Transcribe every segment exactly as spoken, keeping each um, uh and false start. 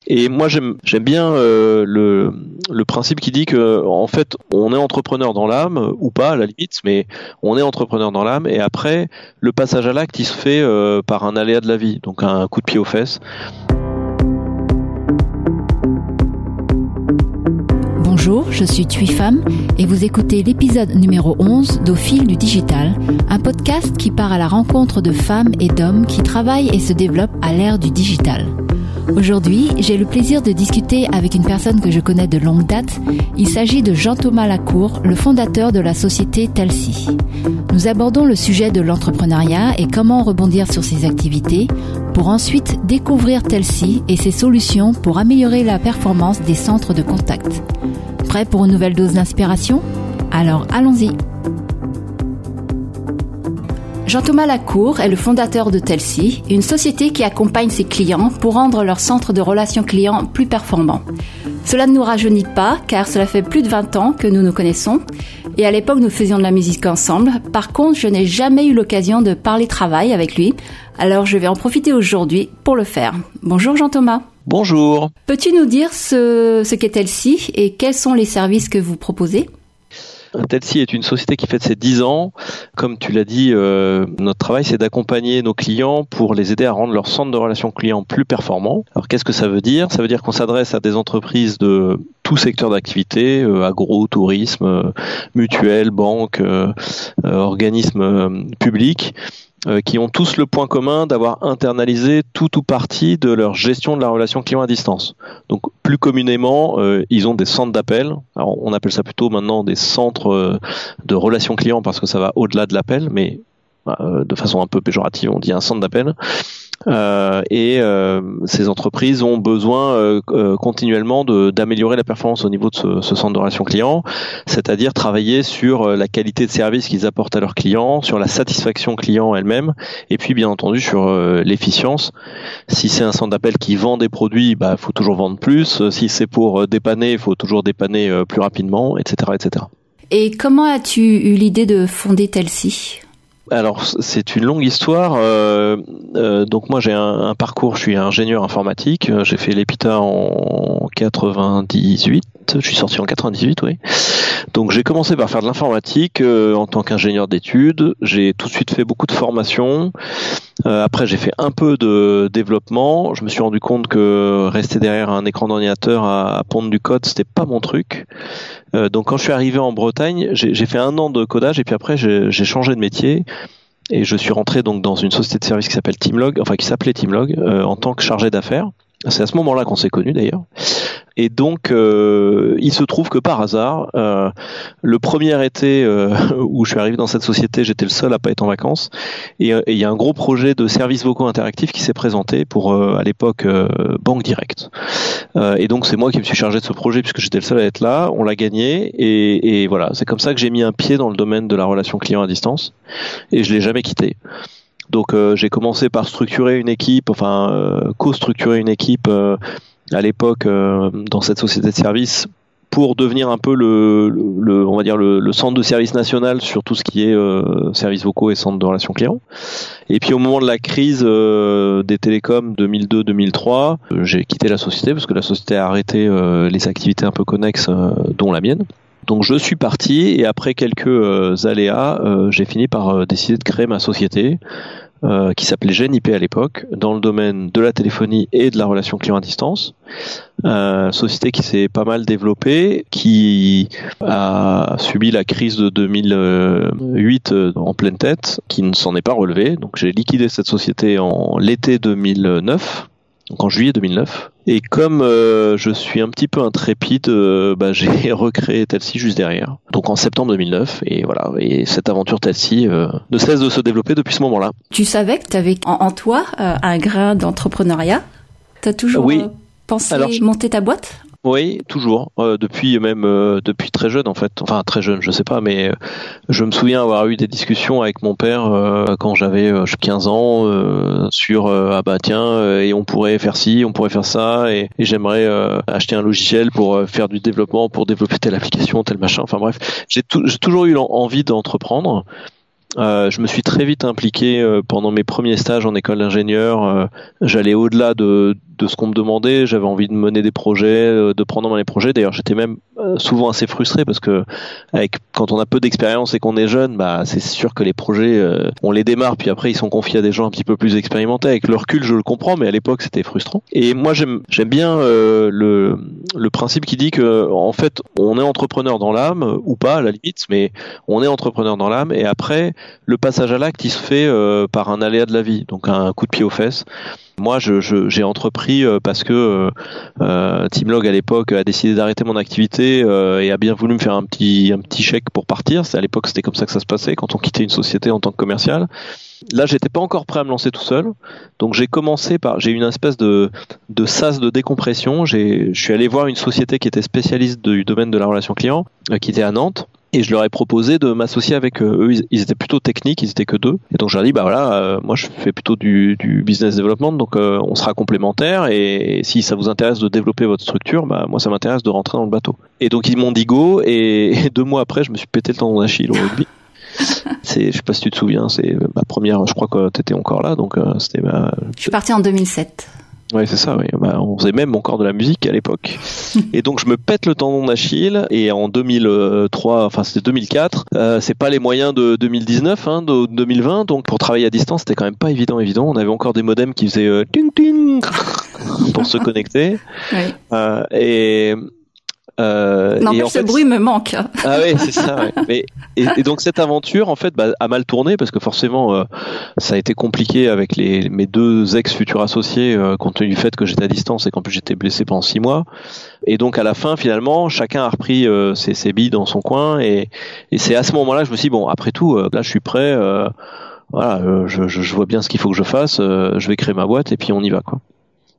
Et moi, j'aime, j'aime bien euh, le, le principe qui dit que, en fait, on est entrepreneur dans l'âme, ou pas à la limite, mais on est entrepreneur dans l'âme, et après, le passage à l'acte, il se fait euh, par un aléa de la vie, donc un coup de pied aux fesses. Bonjour, je suis Thuy Pham et vous écoutez l'épisode numéro onze d'Au fil du digital, un podcast qui part à la rencontre de femmes et d'hommes qui travaillent et se développent à l'ère du digital. Aujourd'hui, j'ai le plaisir de discuter avec une personne que je connais de longue date. Il s'agit de Jean-Thomas Lacour, le fondateur de la société Telsi. Nous abordons le sujet de l'entrepreneuriat et comment rebondir sur ses activités pour ensuite découvrir Telsi et ses solutions pour améliorer la performance des centres de contact. Prêt pour une nouvelle dose d'inspiration ? Alors allons-y. Jean-Thomas Lacour est le fondateur de Telsi, une société qui accompagne ses clients pour rendre leur centre de relations clients plus performant. Cela ne nous rajeunit pas, car cela fait plus de vingt ans que nous nous connaissons, et à l'époque nous faisions de la musique ensemble. Par contre, je n'ai jamais eu l'occasion de parler travail avec lui, alors je vais en profiter aujourd'hui pour le faire. Bonjour Jean-Thomas. Bonjour. Peux-tu nous dire ce, ce qu'est Telsi et quels sont les services que vous proposez ? Telsi est une société qui fête ses dix ans. Comme tu l'as dit, euh, notre travail, c'est d'accompagner nos clients pour les aider à rendre leur centre de relations clients plus performant. Alors, qu'est-ce que ça veut dire ? Ça veut dire qu'on s'adresse à des entreprises de tout secteur d'activité, euh, agro, tourisme, euh, mutuelles, banques, euh, euh, organismes euh, publics, euh, qui ont tous le point commun d'avoir internalisé tout ou partie de leur gestion de la relation client à distance. Donc, plus communément, euh, ils ont des centres d'appel. Alors, on appelle ça plutôt maintenant des centres euh, de relations clients parce que ça va au-delà de l'appel, mais euh, de façon un peu péjorative, on dit un centre d'appel. Euh, et euh, ces entreprises ont besoin euh, euh, continuellement de, d'améliorer la performance au niveau de ce, ce centre de relations clients, c'est-à-dire travailler sur euh, la qualité de service qu'ils apportent à leurs clients, sur la satisfaction client elle-même, et puis bien entendu sur euh, l'efficience. Si c'est un centre d'appel qui vend des produits, bah faut toujours vendre plus. Si c'est pour euh, dépanner, il faut toujours dépanner euh, plus rapidement, et cetera, et cetera. Et comment as-tu eu l'idée de fonder Telsi ? Alors c'est une longue histoire. Euh, euh, donc moi j'ai un, un parcours, je suis ingénieur informatique. J'ai fait l'EPITA en quatre-vingt-dix-huit. Je suis sorti en quatre-vingt-dix-huit, oui. Donc j'ai commencé par faire de l'informatique euh, en tant qu'ingénieur d'études. J'ai tout de suite fait beaucoup de formations. Euh, après j'ai fait un peu de développement. Je me suis rendu compte que rester derrière un écran d'ordinateur à, à pondre du code, c'était pas mon truc. Euh, donc quand je suis arrivé en Bretagne, j'ai, j'ai fait un an de codage et puis après j'ai, j'ai changé de métier et je suis rentré donc dans une société de service qui s'appelle Teamlog, enfin qui s'appelait Teamlog, euh, en tant que chargé d'affaires. C'est à ce moment-là qu'on s'est connus d'ailleurs. Et donc, euh, il se trouve que par hasard, euh, le premier été euh, où je suis arrivé dans cette société, j'étais le seul à pas être en vacances. Et il y a un gros projet de services vocaux interactifs qui s'est présenté pour, euh, à l'époque, euh, Banque Directe. Euh, et donc, c'est moi qui me suis chargé de ce projet puisque j'étais le seul à être là. On l'a gagné. Et, et voilà, c'est comme ça que j'ai mis un pied dans le domaine de la relation client à distance. Et je l'ai jamais quitté. Donc euh, j'ai commencé par structurer une équipe, enfin euh, co-structurer une équipe euh, à l'époque euh, dans cette société de service pour devenir un peu le, le on va dire le, le centre de service national sur tout ce qui est euh, services vocaux et centre de relations clients. Et puis au moment de la crise euh, des télécoms deux mille deux deux mille trois, euh, j'ai quitté la société parce que la société a arrêté euh, les activités un peu connexes, euh, dont la mienne. Donc je suis parti et après quelques euh, aléas, euh, j'ai fini par euh, décider de créer ma société euh, qui s'appelait Gen I P à l'époque, dans le domaine de la téléphonie et de la relation client à distance. Euh, société qui s'est pas mal développée, qui a subi la crise de deux mille huit euh, en pleine tête, qui ne s'en est pas relevée. Donc j'ai liquidé cette société en l'été deux mille neuf. Donc en juillet deux mille neuf. Et comme euh, je suis un petit peu intrépide, euh, bah, j'ai recréé Telsi juste derrière. Donc en septembre deux mille neuf. Et voilà. Et cette aventure Telsi euh, ne cesse de se développer depuis ce moment-là. Tu savais que tu avais en, en toi euh, un grain d'entrepreneuriat ? Tu as toujours oui. euh, pensé Alors, monter ta boîte ? Oui, toujours. Euh, depuis même euh, depuis très jeune en fait. Enfin très jeune, je sais pas, mais euh, je me souviens avoir eu des discussions avec mon père euh, quand j'avais euh, quinze ans euh, sur euh, ah bah tiens euh, et on pourrait faire ci, on pourrait faire ça et, et j'aimerais euh, acheter un logiciel pour euh, faire du développement, pour développer telle application, tel machin. Enfin bref, j'ai, tout, j'ai toujours eu envie d'entreprendre. Euh, je me suis très vite impliqué euh, pendant mes premiers stages en école d'ingénieur. Euh, j'allais au-delà de, de ce qu'on me demandait. J'avais envie de mener des projets, euh, de prendre en main les projets. D'ailleurs, j'étais même euh, souvent assez frustré parce que avec, quand on a peu d'expérience et qu'on est jeune, bah, c'est sûr que les projets, euh, on les démarre, puis après ils sont confiés à des gens un petit peu plus expérimentés. Avec le recul, je le comprends, mais à l'époque, c'était frustrant. Et moi, j'aime, j'aime bien euh, le, le principe qui dit que, en fait, on est entrepreneur dans l'âme, ou pas à la limite, mais on est entrepreneur dans l'âme. Et après, le passage à l'acte, il se fait euh, par un aléa de la vie, donc un coup de pied aux fesses. Moi, je, je, j'ai entrepris euh, parce que euh, Teamlog à l'époque a décidé d'arrêter mon activité euh, et a bien voulu me faire un petit un petit chèque pour partir. C'est à l'époque, c'était comme ça que ça se passait quand on quittait une société en tant que commercial. Là, j'étais pas encore prêt à me lancer tout seul, donc j'ai commencé par, j'ai eu une espèce de de sas de décompression. J'ai, je suis allé voir une société qui était spécialiste du domaine de la relation client, euh, qui était à Nantes. Et je leur ai proposé de m'associer avec eux. Eux, ils étaient plutôt techniques, ils étaient que deux. Et donc je leur ai dit, bah voilà, euh, moi je fais plutôt du, du business development, donc euh, on sera complémentaires. Et, et si ça vous intéresse de développer votre structure, bah moi ça m'intéresse de rentrer dans le bateau. Et donc ils m'ont dit go. Et, et deux mois après, je me suis pété le tendon d'Achille au rugby. C'est, je sais pas si tu te souviens, c'est ma première. Je crois que t'étais encore là, donc euh, c'était. Ma... Je suis parti en deux mille sept. Ouais, c'est ça, oui. Bah, on faisait même encore de la musique à l'époque. Et donc, je me pète le tendon d'Achille, et en deux mille trois, enfin, c'était deux mille quatre, euh, c'est pas les moyens de deux mille dix-neuf, hein, de deux mille vingt, donc pour travailler à distance, c'était quand même pas évident, évident. On avait encore des modems qui faisaient euh, ting ting pour se connecter. Oui. Euh, et, Euh, non, mais ce fait, bruit me manque. Ah ouais, c'est ça. Ouais. Mais, et, et donc cette aventure, en fait, bah, a mal tourné parce que forcément, euh, ça a été compliqué avec les mes deux ex futurs associés, euh, compte tenu du fait que j'étais à distance et qu'en plus j'étais blessé pendant six mois. Et donc à la fin, finalement, chacun a repris euh, ses, ses billes dans son coin. Et, et c'est à ce moment-là, je me suis dit bon, après tout, euh, là, je suis prêt. Euh, voilà, euh, je, je, je vois bien ce qu'il faut que je fasse. Euh, je vais créer ma boîte et puis on y va, quoi.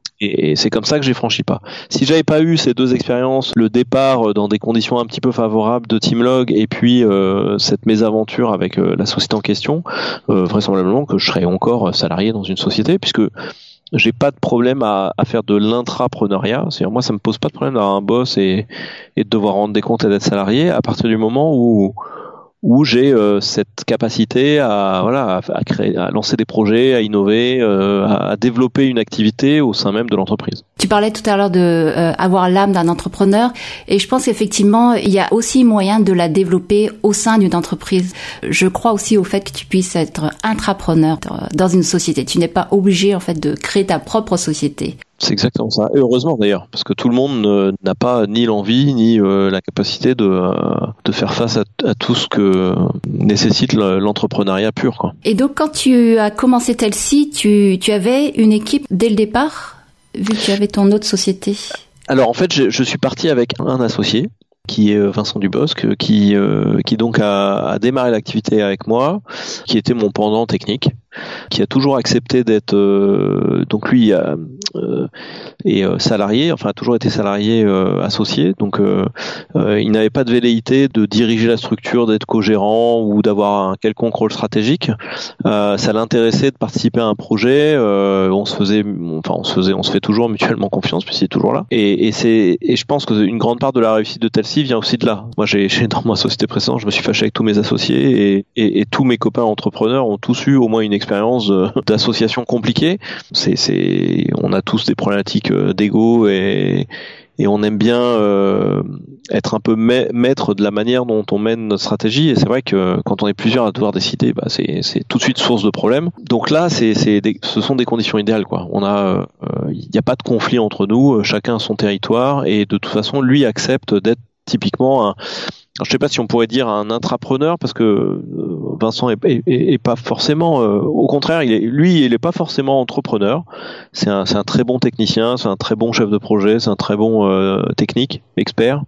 Et c'est comme ça que j'ai franchi pas. Si j'avais pas eu ces deux expériences, le départ dans des conditions un petit peu favorables de Teamlog et puis euh, cette mésaventure avec euh, la société en question, euh, vraisemblablement que je serais encore salarié dans une société, puisque j'ai pas de problème à, à faire de l'intrapreneuriat. C'est-à-dire moi, ça me pose pas de problème d'avoir un boss et, et de devoir rendre des comptes et d'être salarié à partir du moment où où j'ai euh, cette capacité à voilà à, à créer, à lancer des projets, à innover, euh, à, à développer une activité au sein même de l'entreprise. Tu parlais tout à l'heure de euh, avoir l'âme d'un entrepreneur, et je pense qu'effectivement il y a aussi moyen de la développer au sein d'une entreprise. Je crois aussi au fait que tu puisses être intrapreneur dans une société. Tu n'es pas obligé en fait de créer ta propre société. C'est exactement ça. Et heureusement d'ailleurs, parce que tout le monde euh, n'a pas ni l'envie ni euh, la capacité de euh, de faire face à, à tout ce que nécessite l'entrepreneuriat pur, quoi. Et donc quand tu as commencé Telsi, tu tu avais une équipe dès le départ, vu que tu avais ton autre société. Alors en fait, je, je suis parti avec un associé qui est Vincent Dubosc, qui euh, qui donc a, a démarré l'activité avec moi, qui était mon pendant technique, qui a toujours accepté d'être euh, donc lui euh, euh, est euh, salarié, enfin a toujours été salarié euh, associé, donc euh, euh, il n'avait pas de velléité de diriger la structure, d'être co-gérant ou d'avoir un quelconque rôle stratégique. Euh, ça l'intéressait de participer à un projet. Euh, on se faisait, enfin on se faisait, on se fait toujours mutuellement confiance puisqu'il est toujours là. Et, et c'est, et je pense qu'une grande part de la réussite de Telsi vient aussi de là. Moi, j'ai, j'ai dans ma société précédente, je me suis fâché avec tous mes associés et, et, et tous mes copains entrepreneurs ont tous eu au moins une expérience d'association compliquée. C'est, c'est, on a tous des problématiques d'ego et et on aime bien euh, être un peu ma- maître de la manière dont on mène notre stratégie. Et c'est vrai que quand on est plusieurs à devoir décider, bah c'est, c'est tout de suite source de problème. Donc là, c'est, c'est des, ce sont des conditions idéales, quoi. On a, il euh, n'y a pas de conflit entre nous, chacun a son territoire, et de toute façon, lui accepte d'être typiquement un. Alors, je sais pas si on pourrait dire un intrapreneur, parce que Vincent est, est, est pas forcément, euh, au contraire, il est, lui, il est pas forcément entrepreneur. C'est un, c'est un très bon technicien, c'est un très bon chef de projet, c'est un très bon euh, technique, expert.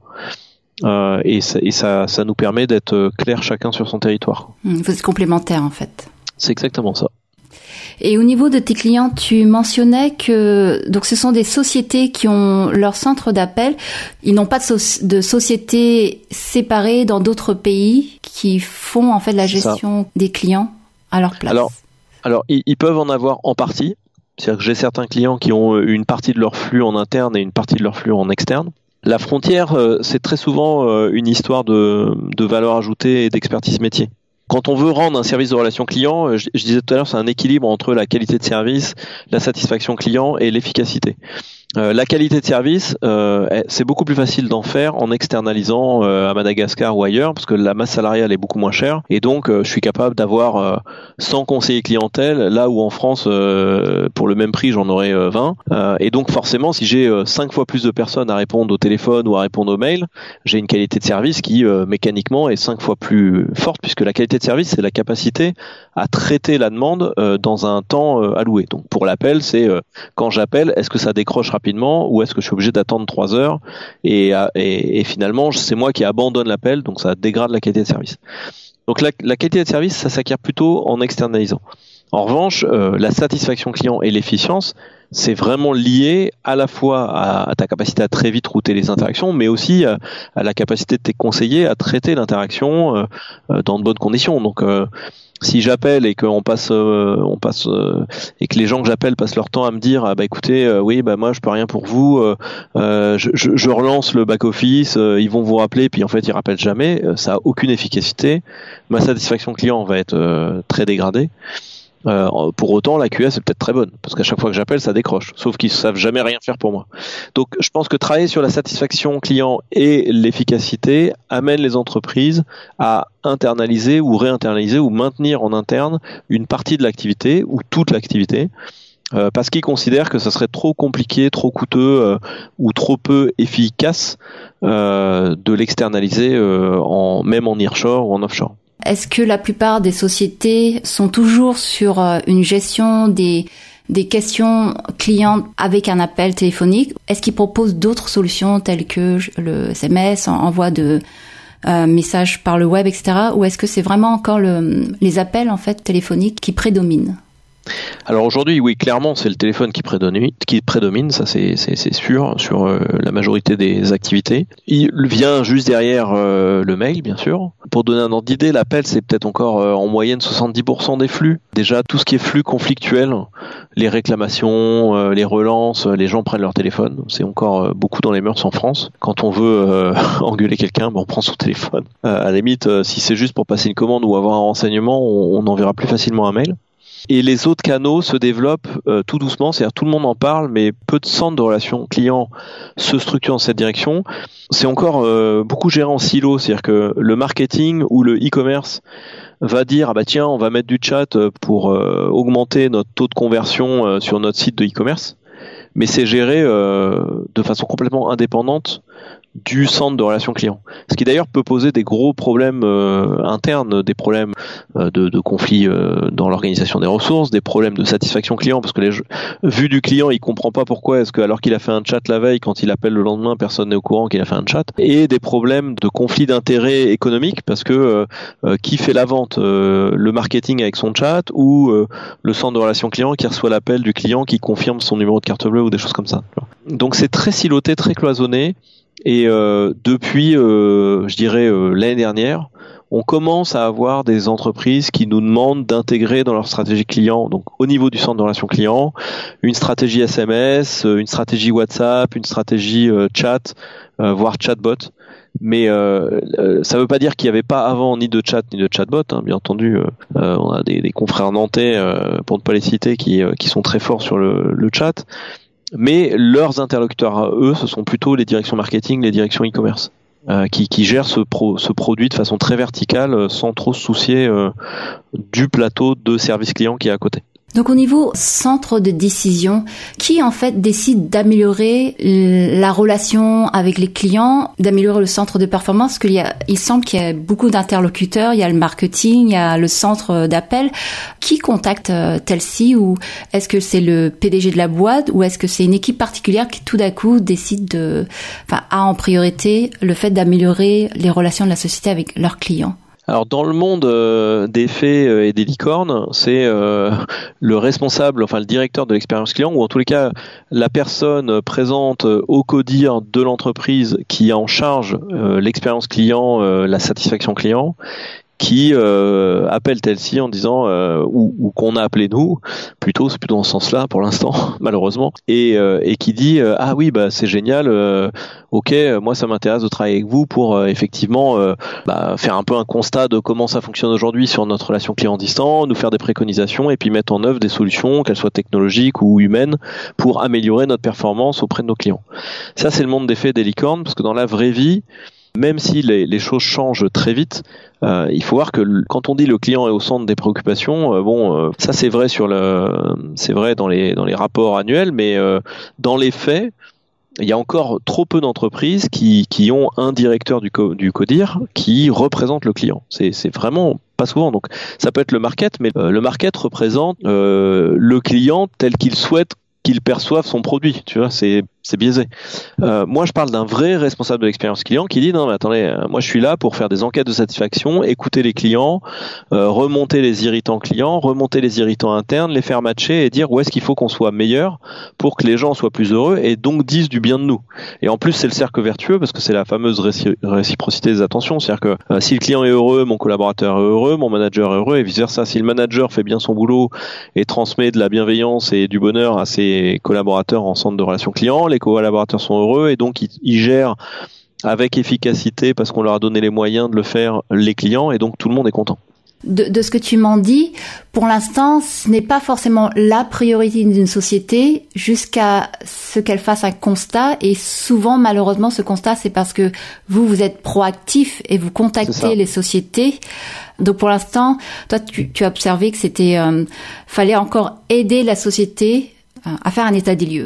Euh, et ça, et ça, ça nous permet d'être clair chacun sur son territoire. Vous êtes complémentaires en fait. C'est exactement ça. Et au niveau de tes clients, tu mentionnais que donc ce sont des sociétés qui ont leur centre d'appel. Ils n'ont pas de, so- de sociétés séparées dans d'autres pays qui font en fait la gestion des clients à leur place. Alors, alors ils, ils peuvent en avoir en partie. C'est-à-dire que j'ai certains clients qui ont une partie de leur flux en interne et une partie de leur flux en externe. La frontière, c'est très souvent une histoire de, de valeur ajoutée et d'expertise métier. quand on veut rendre un service de relation client, je, je disais tout à l'heure, c'est un équilibre entre la qualité de service, la satisfaction client et l'efficacité. Euh, la qualité de service, euh, c'est beaucoup plus facile d'en faire en externalisant euh, à Madagascar ou ailleurs, parce que la masse salariale est beaucoup moins chère, et donc euh, je suis capable d'avoir euh, cent conseillers clientèle, là où en France, euh, pour le même prix, j'en aurais euh, vingt. Euh, et donc forcément, si j'ai euh, cinq fois plus de personnes à répondre au téléphone ou à répondre aux mails, j'ai une qualité de service qui, euh, mécaniquement, est cinq fois plus forte, puisque la qualité de service, c'est la capacité à traiter la demande euh, dans un temps euh, alloué. Donc pour l'appel, c'est euh, quand j'appelle, est-ce que ça décroche rapidement rapidement ou est-ce que je suis obligé d'attendre trois heures et, et, et finalement c'est moi qui abandonne l'appel, donc ça dégrade la qualité de service. Donc la, la qualité de service, ça s'acquiert plutôt en externalisant. En revanche, euh, la satisfaction client et l'efficience, c'est vraiment lié à la fois à, à ta capacité à très vite router les interactions, mais aussi à, à la capacité de tes conseillers à traiter l'interaction euh, euh, dans de bonnes conditions. Donc euh, si j'appelle et qu'on passe, euh, on passe euh, et que les gens que j'appelle passent leur temps à me dire ah bah écoutez euh, oui bah moi je peux rien pour vous, euh, euh, je, je, je relance le back office, euh, ils vont vous rappeler puis en fait ils rappellent jamais, euh, ça a aucune efficacité. Ma satisfaction client va être euh, très dégradée. Euh, pour autant, la Q S est peut-être très bonne, parce qu'à chaque fois que j'appelle, ça décroche, sauf qu'ils ne savent jamais rien faire pour moi. Donc, je pense que travailler sur la satisfaction client et l'efficacité amène les entreprises à internaliser ou réinternaliser ou maintenir en interne une partie de l'activité ou toute l'activité, euh, parce qu'ils considèrent que ça serait trop compliqué, trop coûteux euh, ou trop peu efficace euh, de l'externaliser euh, en, même en nearshore ou en offshore. Est-ce que la plupart des sociétés sont toujours sur une gestion des, des questions clients avec un appel téléphonique? Est-ce qu'ils proposent d'autres solutions telles que le S M S, envoi de euh, messages par le web, et cetera? Ou est-ce que c'est vraiment encore le, les appels en fait téléphoniques qui prédominent? Alors aujourd'hui, oui, clairement, c'est le téléphone qui prédomine, qui prédomine, ça c'est, c'est, c'est sûr, sur euh, la majorité des activités. Il vient juste derrière euh, le mail, bien sûr. Pour donner un ordre d'idée, l'appel, c'est peut-être encore euh, en moyenne soixante-dix pour cent des flux. Déjà, tout ce qui est flux conflictuel, les réclamations, euh, les relances, les gens prennent leur téléphone. C'est encore euh, beaucoup dans les mœurs en France. Quand on veut euh, engueuler quelqu'un, ben, on prend son téléphone. Euh, à la limite, euh, si c'est juste pour passer une commande ou avoir un renseignement, on, on enverra plus facilement un mail. Et les autres canaux se développent euh, tout doucement, c'est-à-dire tout le monde en parle, mais peu de centres de relations clients se structurent dans cette direction. C'est encore euh, beaucoup géré en silo, c'est-à-dire que le marketing ou le e-commerce va dire ah bah tiens, on va mettre du chat pour euh, augmenter notre taux de conversion euh, sur notre site de e-commerce, mais c'est géré euh, de façon complètement indépendante du centre de relations clients. Ce qui d'ailleurs peut poser des gros problèmes euh, internes, des problèmes euh, de, de conflits euh, dans l'organisation des ressources, des problèmes de satisfaction client, parce que les jeux, vu du client, il comprend pas pourquoi est-ce que alors qu'il a fait un chat la veille, quand il appelle le lendemain, personne n'est au courant qu'il a fait un chat, et des problèmes de conflits d'intérêts économiques, parce que euh, euh, qui fait la vente, euh, le marketing avec son chat ou euh, le centre de relations clients qui reçoit l'appel du client qui confirme son numéro de carte bleue ou des choses comme ça. Donc c'est très siloté, très cloisonné. Et euh, depuis, euh, je dirais, euh, l'année dernière, on commence à avoir des entreprises qui nous demandent d'intégrer dans leur stratégie client, donc au niveau du centre de relations clients, une stratégie S M S, une stratégie WhatsApp, une stratégie euh, chat, euh, voire chatbot. Mais euh, euh, ça ne veut pas dire qu'il n'y avait pas avant ni de chat ni de chatbot. Hein. Bien entendu, euh, euh, on a des, des confrères nantais, euh, pour ne pas les citer, qui, euh, qui sont très forts sur le, le chat. Mais leurs interlocuteurs à eux, ce sont plutôt les directions marketing, les directions e-commerce, euh, qui, qui gèrent ce, pro, ce produit de façon très verticale, sans trop se soucier euh, du plateau de service client qui est à côté. Donc au niveau centre de décision, qui en fait décide d'améliorer la relation avec les clients, d'améliorer le centre de performance? Parce qu'il y a, il semble qu'il y a beaucoup d'interlocuteurs, il y a le marketing, il y a le centre d'appel. Qui contacte Telsy, ou est-ce que c'est le P D G de la boîte, ou est-ce que c'est une équipe particulière qui tout d'un coup décide de, enfin, a en priorité le fait d'améliorer les relations de la société avec leurs clients? Alors dans le monde euh, des fées euh, et des licornes, c'est euh, le responsable, enfin le directeur de l'expérience client, ou en tous les cas la personne présente au codir de l'entreprise qui a en charge euh, l'expérience client, euh, la satisfaction client, qui euh, appelle Telsy en disant euh, ou, ou qu'on a appelé nous, plutôt c'est plutôt dans ce sens-là pour l'instant malheureusement, et euh, et qui dit euh, ah oui bah c'est génial, euh, ok moi ça m'intéresse de travailler avec vous pour euh, effectivement euh, bah, faire un peu un constat de comment ça fonctionne aujourd'hui sur notre relation client distant, nous faire des préconisations et puis mettre en œuvre des solutions, qu'elles soient technologiques ou humaines, pour améliorer notre performance auprès de nos clients. Ça c'est le monde des faits des licornes, parce que dans la vraie vie, même si les, les choses changent très vite, euh, il faut voir que le, quand on dit le client est au centre des préoccupations, euh, bon, euh, ça c'est vrai sur le, c'est vrai dans les dans les rapports annuels, mais euh, dans les faits, il y a encore trop peu d'entreprises qui qui ont un directeur du co, du codir qui représente le client. C'est c'est vraiment pas souvent. Donc ça peut être le market, mais euh, le market représente euh, le client tel qu'il souhaite qu'il perçoive son produit, tu vois, c'est c'est biaisé. Euh, moi, je parle d'un vrai responsable de l'expérience client qui dit non, mais attendez, euh, moi je suis là pour faire des enquêtes de satisfaction, écouter les clients, euh, remonter les irritants clients, remonter les irritants internes, les faire matcher et dire où est-ce qu'il faut qu'on soit meilleur pour que les gens soient plus heureux et donc disent du bien de nous. Et en plus, c'est le cercle vertueux parce que c'est la fameuse réci- réciprocité des attentions, c'est-à-dire que euh, si le client est heureux, mon collaborateur est heureux, mon manager est heureux et vice versa. Si le manager fait bien son boulot et transmet de la bienveillance et du bonheur à ses collaborateurs en centre de relations clients, les collaborateurs sont heureux et donc ils, ils gèrent avec efficacité parce qu'on leur a donné les moyens de le faire, les clients, et donc tout le monde est content. De, de ce que tu m'en dis, pour l'instant, ce n'est pas forcément la priorité d'une société jusqu'à ce qu'elle fasse un constat, et souvent, malheureusement, ce constat, c'est parce que vous, vous êtes proactif et vous contactez les sociétés. Donc pour l'instant, toi, tu, tu as observé que c'était, euh, fallait encore aider la société euh, à faire un état des lieux.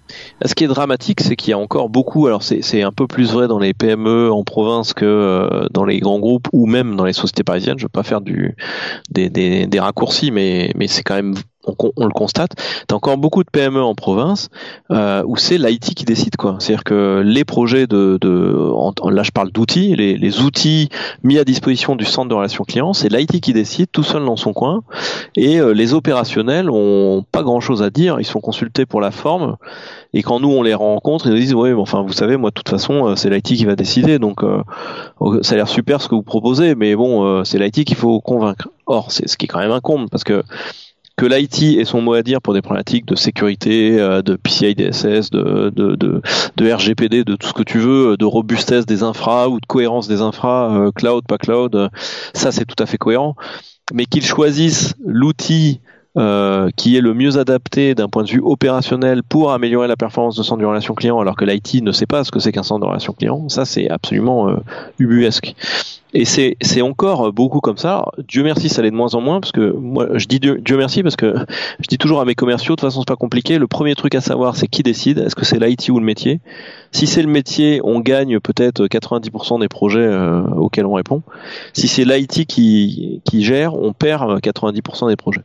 Ce qui est dramatique, c'est qu'il y a encore beaucoup, alors c'est, c'est un peu plus vrai dans les P M E en province que euh, dans les grands groupes ou même dans les sociétés parisiennes. Je ne veux pas faire du, des, des, des raccourcis, mais, mais c'est quand même, on, on le constate. T'as encore beaucoup de P M E en province euh, où c'est l'I T qui décide, quoi. C'est-à-dire que les projets de, de en, là je parle d'outils, les, les outils mis à disposition du centre de relations clients, c'est l'I T qui décide tout seul dans son coin, et euh, les opérationnels ont pas grand-chose à dire. Ils sont consultés pour la forme. Et quand nous on les rencontre, ils nous disent ouais, enfin vous savez, moi de toute façon c'est l'I T qui va décider, donc euh, ça a l'air super ce que vous proposez, mais bon euh, c'est l'I T qu'il faut convaincre. Or c'est ce qui est quand même un comble, parce que que l'I T ait son mot à dire pour des problématiques de sécurité, euh, de P C I D S S, de, de de de R G P D, de tout ce que tu veux, de robustesse des infras ou de cohérence des infras, euh, cloud pas cloud, euh, ça c'est tout à fait cohérent. Mais qu'ils choisissent l'outil Euh, qui est le mieux adapté d'un point de vue opérationnel pour améliorer la performance de centre de relation client, alors que l'I T ne sait pas ce que c'est qu'un centre de relation client, ça c'est absolument euh, ubuesque. Et c'est c'est encore beaucoup comme ça. Alors, Dieu merci, ça l'est de moins en moins, parce que moi je dis Dieu, Dieu merci parce que je dis toujours à mes commerciaux, de toute façon c'est pas compliqué, le premier truc à savoir c'est qui décide, est-ce que c'est l'I T ou le métier. Si c'est le métier, on gagne peut-être quatre-vingt-dix pour cent des projets euh, auxquels on répond. Si c'est l'I T qui qui gère, on perd quatre-vingt-dix pour cent des projets.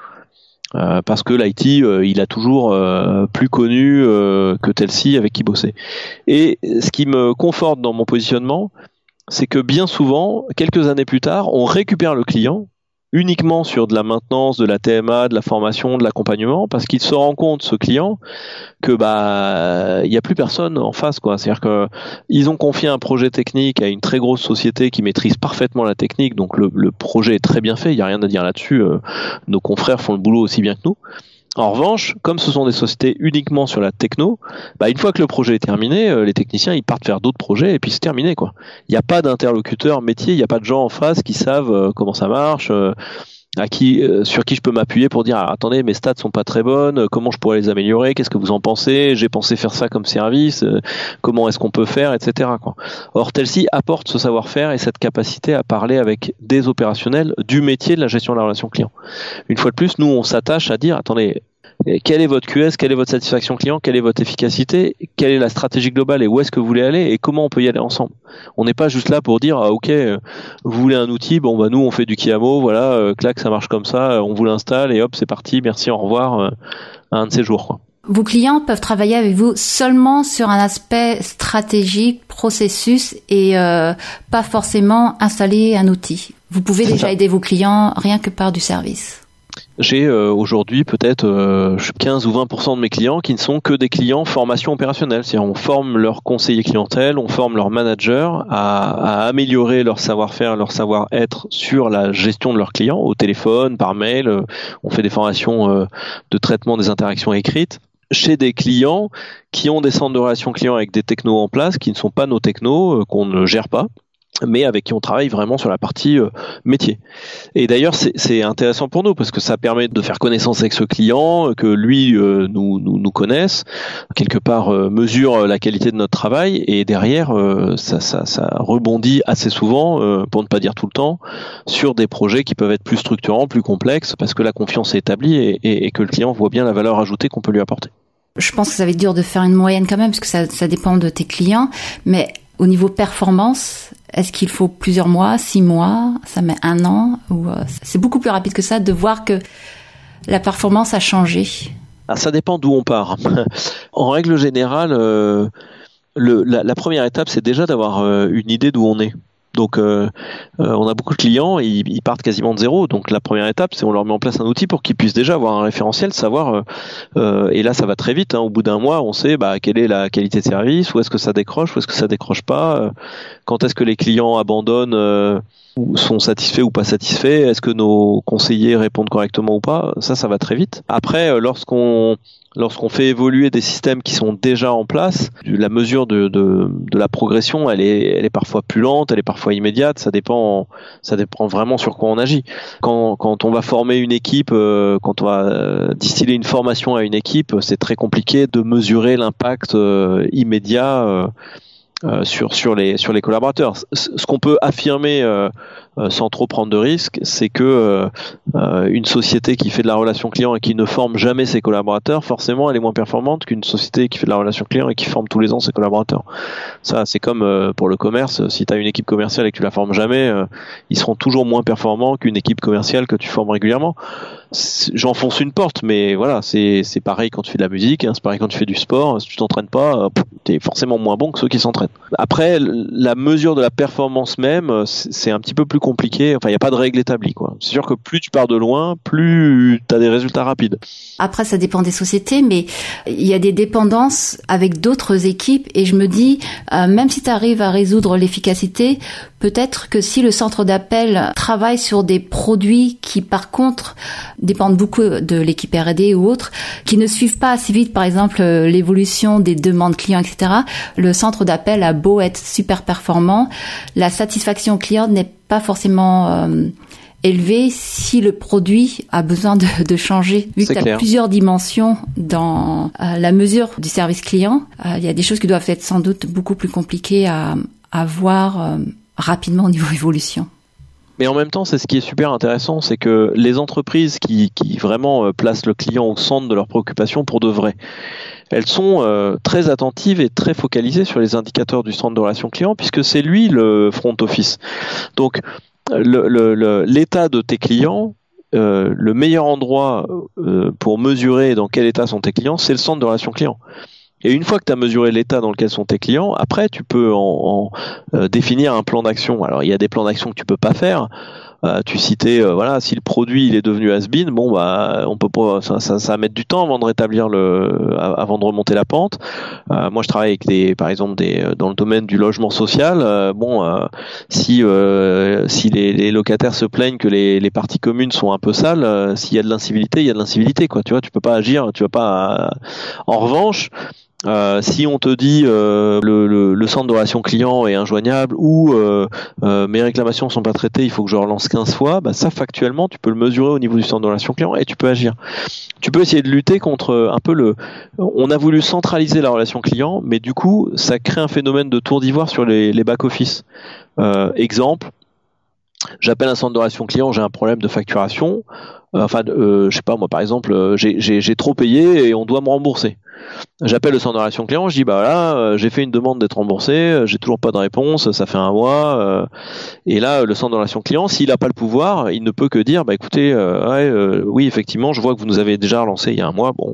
Euh, parce que l'I T, euh, il a toujours euh, plus connu euh, que Telsy avec qui bosser. Et ce qui me conforte dans mon positionnement, c'est que bien souvent, quelques années plus tard, on récupère le client uniquement sur de la maintenance, de la T M A, de la formation, de l'accompagnement, parce qu'il se rend compte, ce client, que bah il y a plus personne en face, quoi. C'est-à-dire que ils ont confié un projet technique à une très grosse société qui maîtrise parfaitement la technique, donc le, le projet est très bien fait, il y a rien à dire là-dessus. Euh, nos confrères font le boulot aussi bien que nous. En revanche, comme ce sont des sociétés uniquement sur la techno, bah une fois que le projet est terminé, euh, les techniciens ils partent faire d'autres projets et puis c'est terminé, quoi. Il n'y a pas d'interlocuteur métier, il n'y a pas de gens en face qui savent euh, comment ça marche, euh, à qui, euh, sur qui je peux m'appuyer pour dire ah, attendez, mes stats sont pas très bonnes, euh, comment je pourrais les améliorer, qu'est-ce que vous en pensez, j'ai pensé faire ça comme service, euh, comment est-ce qu'on peut faire, et cetera, quoi. Or Telsy apporte ce savoir-faire et cette capacité à parler avec des opérationnels du métier de la gestion de la relation client. Une fois de plus, nous on s'attache à dire attendez, quel est votre Q S, quelle est votre satisfaction client, quelle est votre efficacité, quelle est la stratégie globale et où est-ce que vous voulez aller et comment on peut y aller ensemble. On n'est pas juste là pour dire ah, ok, vous voulez un outil, bon bah nous on fait du Kiamo, voilà, euh, clac, ça marche comme ça, on vous l'installe et hop c'est parti, merci, au revoir, euh, à un de ces jours, quoi. Vos clients peuvent travailler avec vous seulement sur un aspect stratégique, processus, et euh, pas forcément installer un outil. Vous pouvez déjà aider vos clients rien que par du service. J'ai euh, aujourd'hui peut-être euh, quinze ou vingt pour cent de mes clients qui ne sont que des clients formation opérationnelle. C'est-à-dire on forme leurs conseillers clientèle, on forme leurs managers à, à améliorer leur savoir-faire, leur savoir-être sur la gestion de leurs clients, au téléphone, par mail. Euh, on fait des formations euh, de traitement des interactions écrites chez des clients qui ont des centres de relations clients avec des technos en place, qui ne sont pas nos technos, euh, qu'on ne gère pas, mais avec qui on travaille vraiment sur la partie euh, métier. Et d'ailleurs, c'est, c'est intéressant pour nous parce que ça permet de faire connaissance avec ce client, que lui euh, nous, nous nous connaisse, quelque part euh, mesure la qualité de notre travail, et derrière, euh, ça, ça, ça rebondit assez souvent, euh, pour ne pas dire tout le temps, sur des projets qui peuvent être plus structurants, plus complexes, parce que la confiance est établie et, et, et que le client voit bien la valeur ajoutée qu'on peut lui apporter. Je pense que ça va être dur de faire une moyenne quand même, parce que ça, ça dépend de tes clients, mais au niveau performance, est-ce qu'il faut plusieurs mois, six mois, ça met un an, ou euh, c'est beaucoup plus rapide que ça de voir que la performance a changé? Ah, ça dépend d'où on part. En règle générale, euh, le, la, la première étape, c'est déjà d'avoir euh, une idée d'où on est. Donc, euh, euh, on a beaucoup de clients et ils, ils partent quasiment de zéro. Donc, la première étape, c'est on leur met en place un outil pour qu'ils puissent déjà avoir un référentiel, savoir. Euh, euh, et là, ça va très vite. Hein, au bout d'un mois, on sait bah, quelle est la qualité de service, où est-ce que ça décroche, où est-ce que ça décroche pas, euh, quand est-ce que les clients abandonnent, euh, ou sont satisfaits ou pas satisfaits, est-ce que nos conseillers répondent correctement ou pas. Ça, ça va très vite. Après, euh, lorsqu'on Lorsqu'on fait évoluer des systèmes qui sont déjà en place, la mesure de, de, de la progression, elle est, elle est parfois plus lente, elle est parfois immédiate. Ça dépend, ça dépend vraiment sur quoi on agit. Quand, quand on va former une équipe, euh, quand on va distiller une formation à une équipe, c'est très compliqué de mesurer l'impact euh, immédiat euh, euh, sur sur les sur les collaborateurs. Ce qu'on peut affirmer euh, euh, sans trop prendre de risques, c'est que euh, euh, une société qui fait de la relation client et qui ne forme jamais ses collaborateurs, forcément, elle est moins performante qu'une société qui fait de la relation client et qui forme tous les ans ses collaborateurs. Ça, c'est comme euh, pour le commerce. Si tu as une équipe commerciale et que tu la formes jamais, euh, ils seront toujours moins performants qu'une équipe commerciale que tu formes régulièrement. J'enfonce une porte, mais voilà, c'est c'est pareil quand tu fais de la musique, hein, c'est pareil quand tu fais du sport. Si tu t'entraînes pas, tu es forcément moins bon que ceux qui s'entraînent. Après, la mesure de la performance même, c'est un petit peu plus compliqué. Enfin, il n'y a pas de règle établie, quoi. C'est sûr que plus tu pars de loin, plus tu as des résultats rapides. Après, ça dépend des sociétés, mais il y a des dépendances avec d'autres équipes, et je me dis, euh, même si tu arrives à résoudre l'efficacité, peut-être que si le centre d'appel travaille sur des produits qui, par contre, dépendent beaucoup de l'équipe R et D ou autres, qui ne suivent pas assez vite, par exemple, l'évolution des demandes clients, et cetera, le centre d'appel a beau être super performant, la satisfaction client n'est pas forcément euh, élevée si le produit a besoin de, de changer. Vu que tu as plusieurs dimensions dans euh, la mesure du service client, euh, il y a des choses qui doivent être sans doute beaucoup plus compliquées à, à voir euh, rapidement au niveau évolution. Mais en même temps, c'est ce qui est super intéressant, c'est que les entreprises qui, qui vraiment placent le client au centre de leurs préoccupations pour de vrai, elles sont euh, très attentives et très focalisées sur les indicateurs du centre de relation client, puisque c'est lui le front office. Donc, le, le, le, l'état de tes clients, euh, le meilleur endroit euh, pour mesurer dans quel état sont tes clients, c'est le centre de relation client. Et une fois que tu as mesuré l'état dans lequel sont tes clients, après tu peux en, en euh, définir un plan d'action. Alors il y a des plans d'action que tu peux pas faire. Euh, tu citais, euh, voilà, si le produit il est devenu has-been, bon bah on peut pas, ça, ça, ça va mettre du temps avant de rétablir le, avant de remonter la pente. Euh, moi je travaille avec des, par exemple des, dans le domaine du logement social. Euh, bon, euh, si euh, si les, les locataires se plaignent que les, les parties communes sont un peu sales, euh, s'il y a de l'incivilité, il y a de l'incivilité, quoi. Tu vois, tu peux pas agir, tu vas pas. Euh, en revanche. Euh, si on te dit euh, le, le, le centre de relation client est injoignable ou euh, euh, mes réclamations sont pas traitées, il faut que je relance quinze fois, bah ça factuellement tu peux le mesurer au niveau du centre de relation client et tu peux agir. Tu peux essayer de lutter contre un peu le. On a voulu centraliser la relation client, mais du coup ça crée un phénomène de tour d'ivoire sur les, les back office. Euh, exemple, j'appelle un centre de relation client, j'ai un problème de facturation. Euh, enfin, euh, je sais pas moi par exemple, euh, j'ai, j'ai, j'ai trop payé et on doit me rembourser. J'appelle le centre de relation client, je dis bah là euh, j'ai fait une demande d'être remboursé, euh, j'ai toujours pas de réponse, ça fait un mois, euh, et là le centre de relation client, s'il a pas le pouvoir, il ne peut que dire bah écoutez, euh, ouais, euh, oui effectivement, je vois que vous nous avez déjà relancé il y a un mois, bon,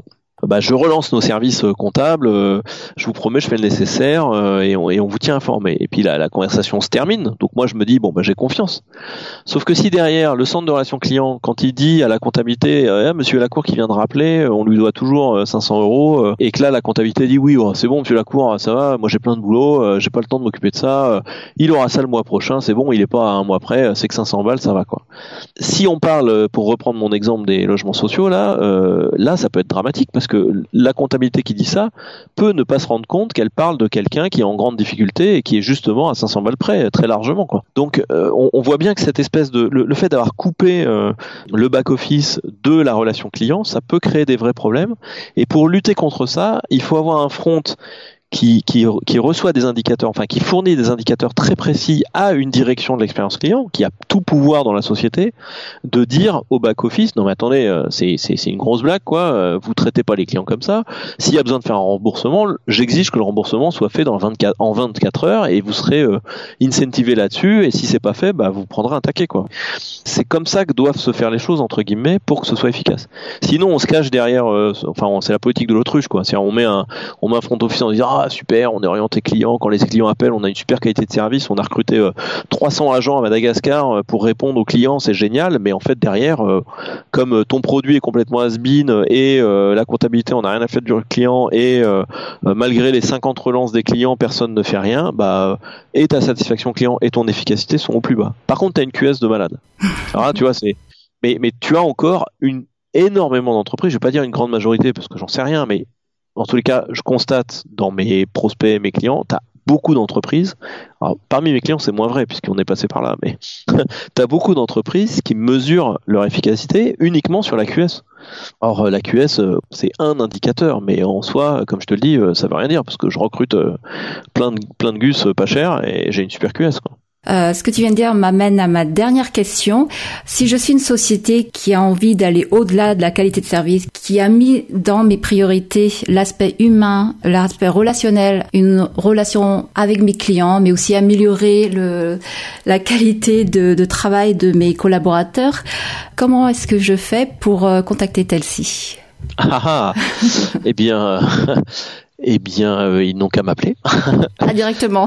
bah, je relance nos services comptables, euh, je vous promets, je fais le nécessaire euh, et, on, et on vous tient informé. Et puis là, la conversation se termine. Donc moi, je me dis, bon, bah, j'ai confiance. Sauf que si derrière, le centre de relations clients, quand il dit à la comptabilité, euh, ah, monsieur Lacour qui vient de rappeler, on lui doit toujours euh, cinq cents euros, euh, et que là, la comptabilité dit, oui, oh, c'est bon, monsieur Lacour, ça va, moi j'ai plein de boulot, euh, j'ai pas le temps de m'occuper de ça, euh, il aura ça le mois prochain, c'est bon, il est pas à un mois près, c'est que cinq cents balles, ça va, quoi. Si on parle, pour reprendre mon exemple des logements sociaux, là, euh, là, ça peut être dramatique, parce que la comptabilité qui dit ça peut ne pas se rendre compte qu'elle parle de quelqu'un qui est en grande difficulté et qui est justement à cinq cents balles près, très largement, quoi. Donc, euh, on, on voit bien que cette espèce de, le, le fait d'avoir coupé euh, le back-office de la relation client, ça peut créer des vrais problèmes. Et pour lutter contre ça, il faut avoir un front Qui, qui, qui reçoit des indicateurs, enfin qui fournit des indicateurs très précis à une direction de l'expérience client, qui a tout pouvoir dans la société, de dire au back-office, non mais attendez, c'est, c'est, c'est une grosse blague, quoi, vous traitez pas les clients comme ça, s'il y a besoin de faire un remboursement, j'exige que le remboursement soit fait dans vingt-quatre, en vingt-quatre heures, et vous serez euh, incentivé là-dessus, et si c'est pas fait, bah, vous prendrez un taquet, quoi. C'est comme ça que doivent se faire les choses, entre guillemets, pour que ce soit efficace. Sinon, on se cache derrière, euh, enfin, c'est la politique de l'autruche, quoi. C'est-à-dire, on met un, on met un front office en disant, ah, super, on est orienté client, quand les clients appellent, on a une super qualité de service, on a recruté euh, trois cents agents à Madagascar euh, pour répondre aux clients, c'est génial, mais en fait derrière, euh, comme euh, ton produit est complètement has-been et euh, la comptabilité, on n'a rien à faire du client et euh, euh, malgré les cinquante relances des clients, personne ne fait rien, bah, et ta satisfaction client et ton efficacité sont au plus bas. Par contre, tu as une Q S de malade. Alors là, tu vois, c'est... Mais, mais tu as encore une énormément d'entreprises, je vais pas dire une grande majorité parce que j'en sais rien, mais en tous les cas, je constate dans mes prospects, mes clients, tu as beaucoup d'entreprises. Alors, parmi mes clients, c'est moins vrai puisqu'on est passé par là, mais tu as beaucoup d'entreprises qui mesurent leur efficacité uniquement sur la Q S. Or, la Q S, c'est un indicateur, mais en soi, comme je te le dis, ça veut rien dire parce que je recrute plein de, plein de gus pas chers et j'ai une super Q S, quoi. Euh, ce que tu viens de dire m'amène à ma dernière question. Si je suis une société qui a envie d'aller au-delà de la qualité de service, qui a mis dans mes priorités l'aspect humain, l'aspect relationnel, une relation avec mes clients, mais aussi améliorer le, la qualité de, de travail de mes collaborateurs, comment est-ce que je fais pour euh, contacter Telsy ? Ah ah Eh bien... Eh bien, euh, ils n'ont qu'à m'appeler. Ah, directement.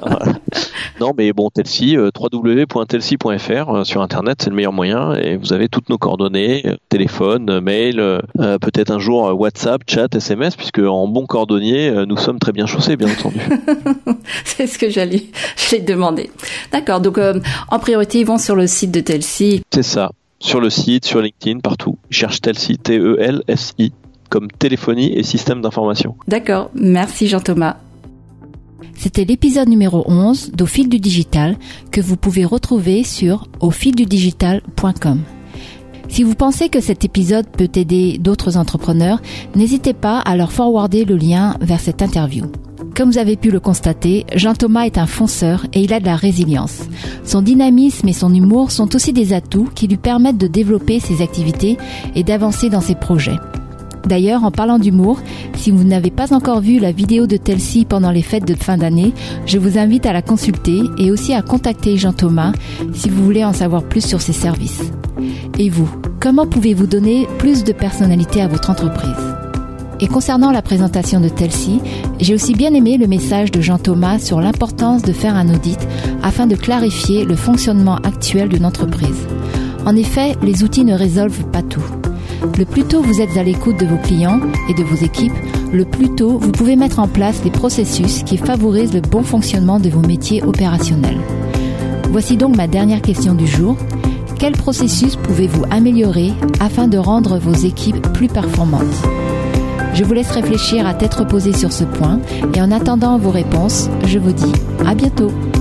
Non, mais bon, Telsy, euh, w w w point telsy point f r euh, sur Internet, c'est le meilleur moyen. Et vous avez toutes nos coordonnées, euh, téléphone, euh, mail, euh, peut-être un jour euh, WhatsApp, chat, S M S, puisque en bon cordonnier, euh, nous sommes très bien chaussés, bien entendu. C'est ce que j'allais, j'allais te demander. D'accord. Donc, euh, en priorité, ils vont sur le site de Telsy. C'est ça. Sur le site, sur LinkedIn, partout. Ils cherchent Telsy, T E L S I. Comme téléphonie et système d'information. D'accord, merci Jean-Thomas. C'était l'épisode numéro onze d'Au fil du digital que vous pouvez retrouver sur au fil du digital point com. Si vous pensez que cet épisode peut aider d'autres entrepreneurs, n'hésitez pas à leur forwarder le lien vers cette interview. Comme vous avez pu le constater, Jean-Thomas est un fonceur et il a de la résilience. Son dynamisme et son humour sont aussi des atouts qui lui permettent de développer ses activités et d'avancer dans ses projets. D'ailleurs, en parlant d'humour, si vous n'avez pas encore vu la vidéo de Telsy pendant les fêtes de fin d'année, je vous invite à la consulter et aussi à contacter Jean-Thomas si vous voulez en savoir plus sur ses services. Et vous, comment pouvez-vous donner plus de personnalité à votre entreprise ? Et concernant la présentation de Telsy, j'ai aussi bien aimé le message de Jean-Thomas sur l'importance de faire un audit afin de clarifier le fonctionnement actuel d'une entreprise. En effet, les outils ne résolvent pas tout. Le plus tôt vous êtes à l'écoute de vos clients et de vos équipes, le plus tôt vous pouvez mettre en place les processus qui favorisent le bon fonctionnement de vos métiers opérationnels. Voici donc ma dernière question du jour. Quel processus pouvez-vous améliorer afin de rendre vos équipes plus performantes ? Je vous laisse réfléchir à tête reposée sur ce point et en attendant vos réponses, je vous dis à bientôt.